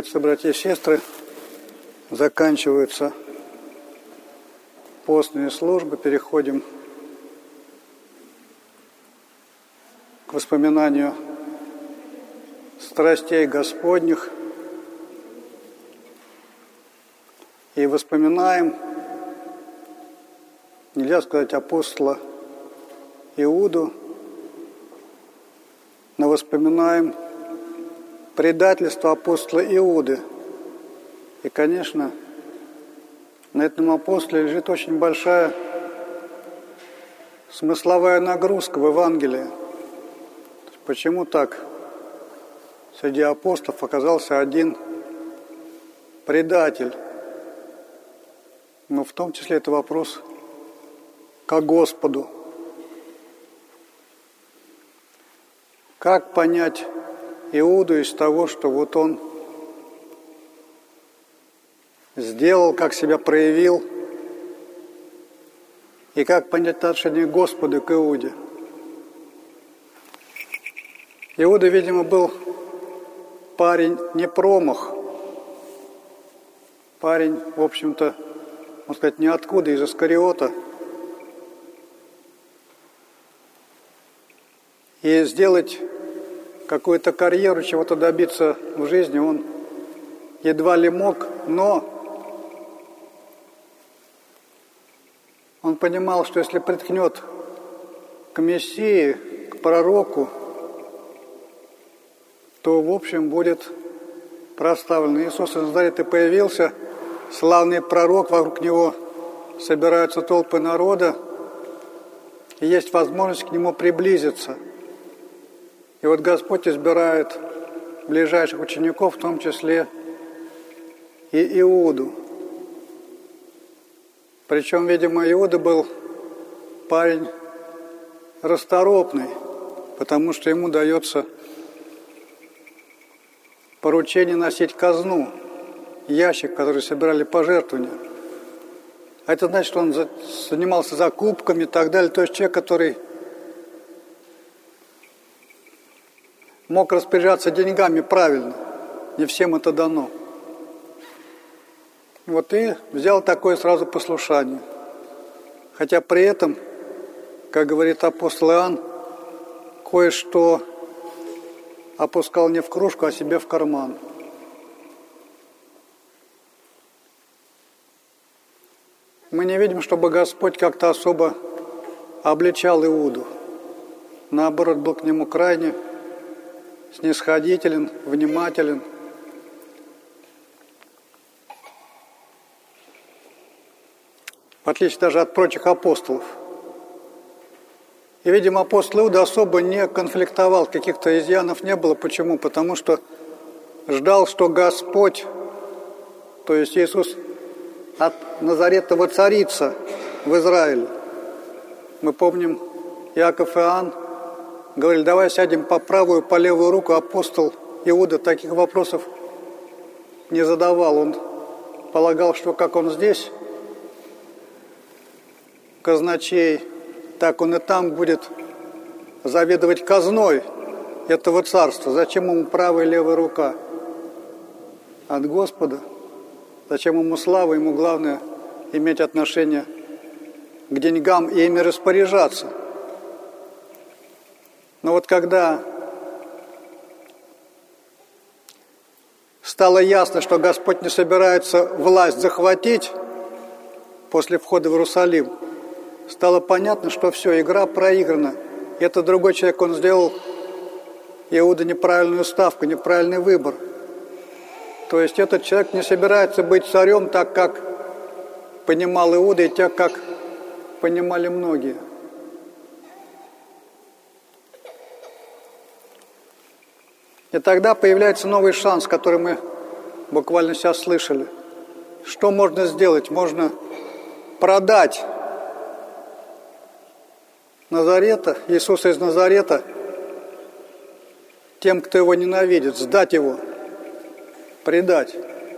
Приветствую, братья и сестры. Заканчиваются постные службы. Переходим к воспоминанию страстей Господних. И воспоминаем, нельзя сказать апостола Иуду, но воспоминаем предательство апостола Иуды. И, конечно, на этом апостоле лежит очень большая смысловая нагрузка в Евангелии. Почему так? Среди апостолов оказался один предатель. Но в том числе это вопрос к Господу. Как понять Иуду из того, что вот он сделал, как себя проявил, и как понять отношение Господа к Иуде? Иуда, видимо, был парень не промах, парень, в общем-то, можно сказать, ниоткуда, из Искариота. И сделать какую-то карьеру, чего-то добиться в жизни он едва ли мог, но он понимал, что если приткнет к Мессии, к пророку, то, в общем, будет прославлен. Иисус из Назарета появился, славный пророк, вокруг него собираются толпы народа, и есть возможность к нему приблизиться. И вот Господь избирает ближайших учеников, в том числе и Иуду. Причем, видимо, Иуда был парень расторопный, потому что ему дается поручение носить казну, ящик, в который собирали пожертвования. А это значит, что он занимался закупками и так далее. То есть человек, который мог распоряжаться деньгами правильно. Не всем это дано. Вот и взял такое сразу послушание. Хотя при этом, как говорит апостол Иоанн, кое-что опускал не в кружку, а себе в карман. Мы не видим, чтобы Господь как-то особо обличал Иуду. Наоборот, был к нему крайне снисходителен, внимателен. В отличие даже от прочих апостолов. И, видимо, апостол Иуда особо не конфликтовал, каких-то изъянов не было. Почему? Потому что ждал, что Господь, то есть Иисус, от Назарета воцарится в Израиле. Мы помним, Иаков и Иоанн говорили, давай сядем по правую, по левую руку. Апостол Иуда таких вопросов не задавал. Он полагал, что как он здесь казначей, так он и там будет заведовать казной этого царства. Зачем ему правая и левая рука? От Господа. Зачем ему слава? Ему главное иметь отношение к деньгам и ими распоряжаться. Но вот когда стало ясно, что Господь не собирается власть захватить после входа в Иерусалим, стало понятно, что все, игра проиграна. И это другой человек, он сделал Иуда неправильную ставку, неправильный выбор. То есть этот человек не собирается быть царем так, как понимал Иуда, и так, как понимали многие. И тогда появляется новый шанс, который мы буквально сейчас слышали. Что можно сделать? Можно продать Назарета, Иисуса из Назарета, тем, кто его ненавидит, сдать его, предать.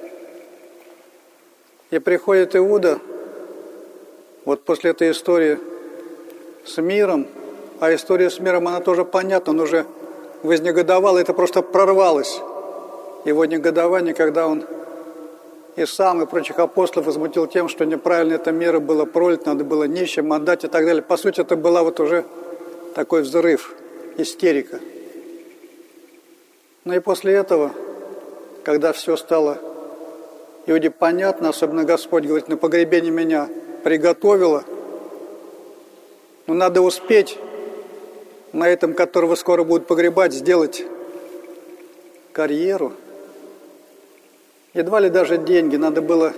И приходит Иуда, вот после этой истории с миром, а история с миром, она тоже понятна, он уже вознегодовал, это просто прорвалось. его негодование, когда он и сам, и прочих апостолов возмутил тем, что неправильно эта мера была пролита, надо было нищим отдать и так далее. По сути, это была вот уже такой взрыв, истерика. Но и после этого, когда все стало Иуде понятно, особенно Господь говорит, на погребение меня приготовила, но надо успеть на этом, которого скоро будут погребать, сделать карьеру. Едва ли даже деньги, надо было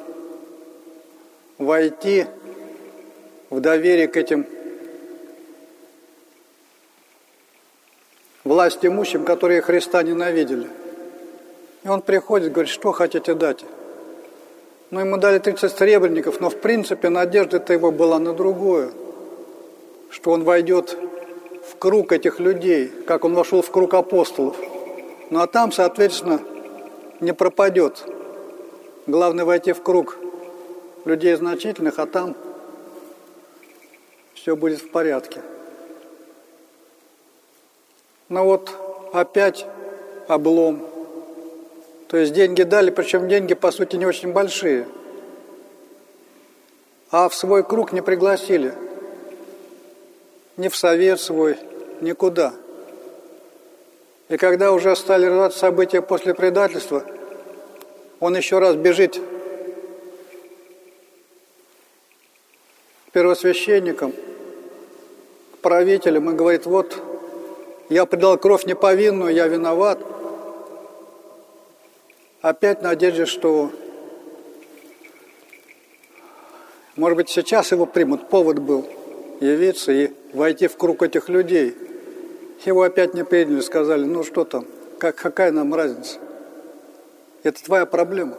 войти в доверие к этим властимущим, которые Христа ненавидели. И он приходит, говорит, что хотите дать? Ну, ему дали 30 сребреников, но в принципе надежда-то его была на другое, что он войдет в круг этих людей, как он вошел в круг апостолов. Ну, а там, соответственно, не пропадет. Главное войти в круг людей значительных, а там все будет в порядке. Но вот опять облом. То есть деньги дали, причем деньги, по сути, не очень большие. А в свой круг не пригласили. Ни в совет свой, никуда. И когда уже стали развиваться события после предательства, он еще раз бежит к первосвященникам, к правителям и говорит, вот, я предал кровь неповинную, я виноват. Опять в надежде, что, может быть, сейчас его примут. Повод был явиться и войти в круг этих людей. Его опять не приняли, сказали, ну что там, какая нам разница? Это твоя проблема.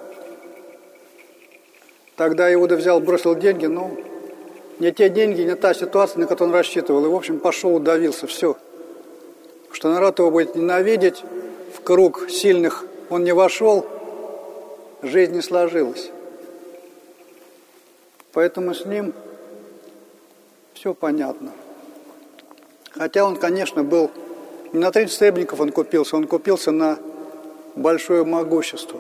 Тогда Иуда взял, бросил деньги, но не те деньги, не та ситуация, на которую он рассчитывал. И, в общем, пошел, удавился, все. Что народ его будет ненавидеть, в круг сильных он не вошел, жизнь не сложилась. Поэтому с ним все понятно. Хотя он, конечно, был не на 30 сребреников он купился на большое могущество.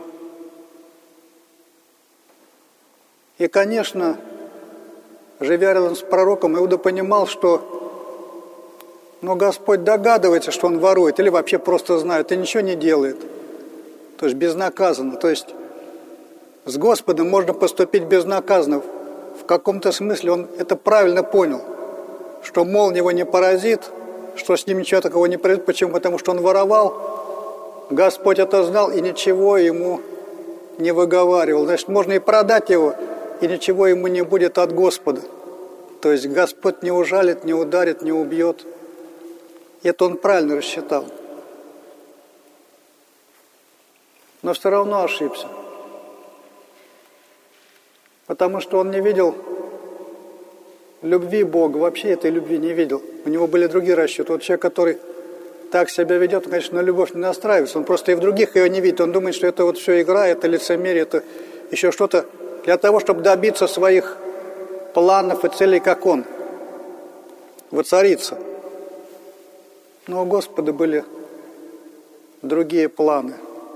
И, конечно, живя рядом с пророком, Иуда понимал, что Господь догадывается, что он ворует, или вообще просто знает, и ничего не делает. То есть безнаказанно. То есть с Господом можно поступить безнаказанно. В каком-то смысле он это правильно понял, что молния его не поразит, что с ним ничего такого не произойдет. Почему? Потому что он воровал. Господь это знал и ничего ему не выговаривал. Значит, можно и продать его, и ничего ему не будет от Господа. То есть Господь не ужалит, не ударит, не убьет. Это он правильно рассчитал. Но все равно ошибся. Потому что он не видел любви Бога, вообще этой любви не видел. У него были другие расчеты. Вот человек, который так себя ведет, он, конечно, на любовь не настраивается. Он просто и в других ее не видит. Он думает, что это вот все игра, это лицемерие, это еще что-то для того, чтобы добиться своих планов и целей, как он. Воцариться. Но у Господа были другие планы.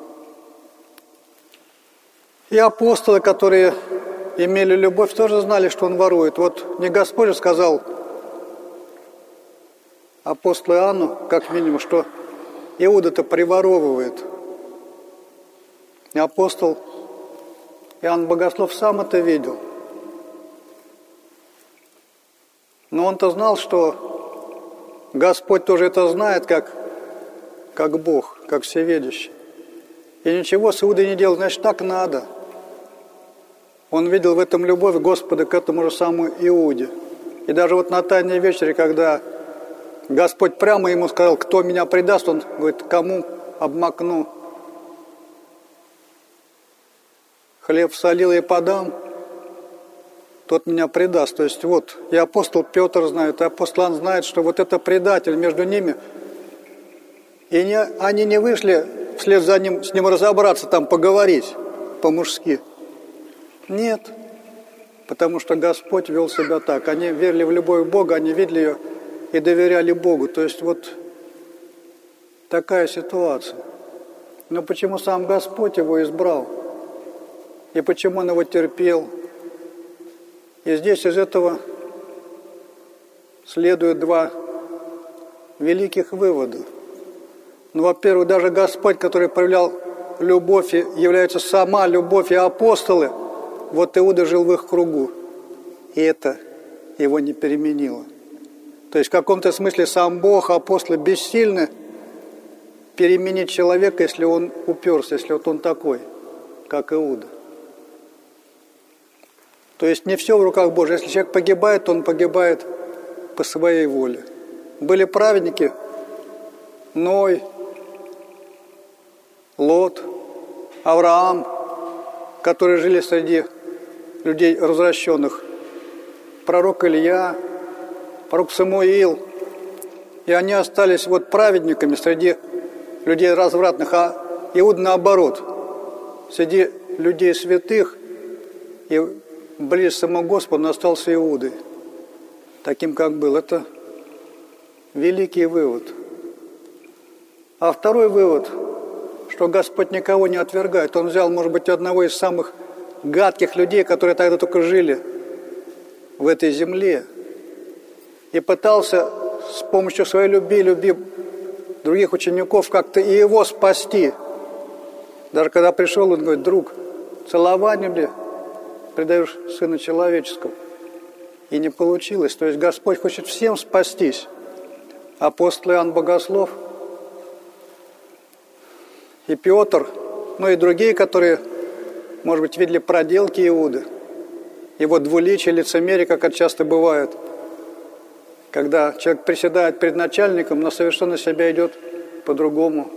И апостолы, которые имели любовь, тоже знали, что он ворует. Вот не Господь же сказал апостолу Иоанну, как минимум, что Иуда-то приворовывает. И апостол Иоанн Богослов сам это видел. Но он-то знал, что Господь тоже это знает, как Бог, как всеведущий. И ничего с Иудой не делал, значит, так надо. Он видел в этом любовь Господа к этому же самому Иуде. И даже вот на Тайной вечере, когда Господь прямо ему сказал, кто меня предаст, он говорит, кому обмакну хлеб солил и подам, тот меня предаст. То есть вот и апостол Петр знает, и апостол Иоанн знает, что вот это предатель между ними. И они не вышли вслед за ним, с ним разобраться, там поговорить по-мужски. Нет, потому что Господь вел себя так. Они верили в любовь Бога, они видели ее и доверяли Богу. То есть вот такая ситуация. Но почему сам Господь его избрал? И почему он его терпел? И здесь из этого следует два великих вывода. Ну, во-первых, даже Господь, который проявлял любовь и является сама любовь и апостолы, вот Иуда жил в их кругу. И это его не переменило. То есть в каком-то смысле сам Бог, апостолы бессильны переменить человека, если он уперся, если вот он такой, как Иуда. То есть не все в руках Божьих. Если человек погибает, то он погибает по своей воле. Были праведники, Ной, Лот, Авраам, которые жили среди людей развращенных, пророк Илья, пророк Самуил, и они остались вот праведниками среди людей развратных, а Иуда наоборот, среди людей святых и ближе самому Господу остался Иудой, таким, как был. Это великий вывод. А второй вывод, что Господь никого не отвергает. Он взял, может быть, одного из самых гадких людей, которые тогда только жили в этой земле, и пытался с помощью своей любви других учеников как-то и его спасти. Даже когда пришел, он говорит: друг, целованием ли предаешь Сына Человеческого? И не получилось. То есть Господь хочет всем спастись. Апостол Иоанн Богослов и Петр, ну и другие, которые, может быть, видели проделки Иуды, его двуличие, лицемерие, как это часто бывает, когда человек приседает перед начальником, но совершенно себя идет по-другому,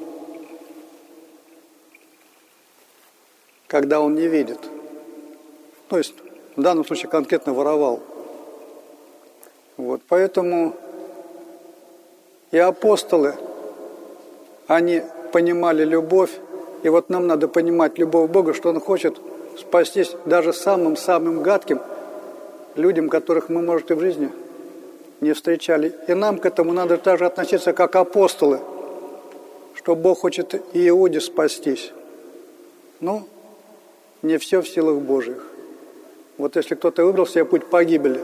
когда он не видит. То есть в данном случае конкретно воровал. Вот, поэтому и апостолы, они понимали любовь, и вот нам надо понимать любовь Бога, что Он хочет спастись даже самым-самым гадким людям, которых мы, может, и в жизни не встречали. И нам к этому надо также относиться, как апостолы, что Бог хочет и Иуде спастись. Но не все в силах Божьих. Вот если кто-то выбрал себе путь погибели,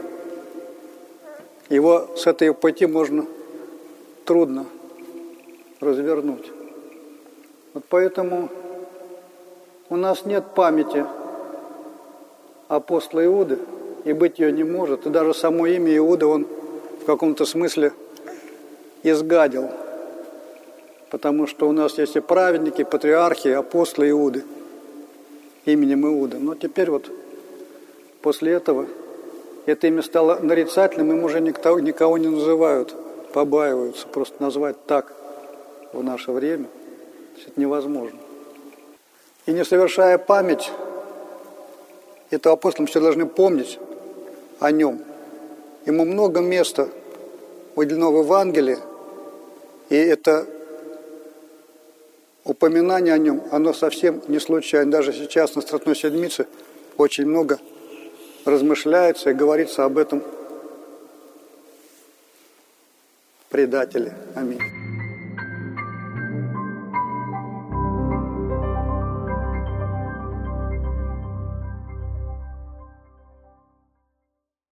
его с этой пути можно трудно развернуть. Вот поэтому у нас нет памяти апостола Иуды, и быть ее не может. И даже само имя Иуда он в каком-то смысле изгадил. Потому что у нас есть и праведники, и патриархи, и апостолы Иуды именем Иуда. Но теперь вот после этого это имя стало нарицательным, им уже никого не называют, побаиваются. Просто назвать так в наше время это невозможно. И не совершая память, это апостолы все должны помнить о нем. Ему много места уделено в Евангелии, и это упоминание о нем, оно совсем не случайно. Даже сейчас на Страстной Седмице очень много размышляется и говорится об этом предателе. Аминь.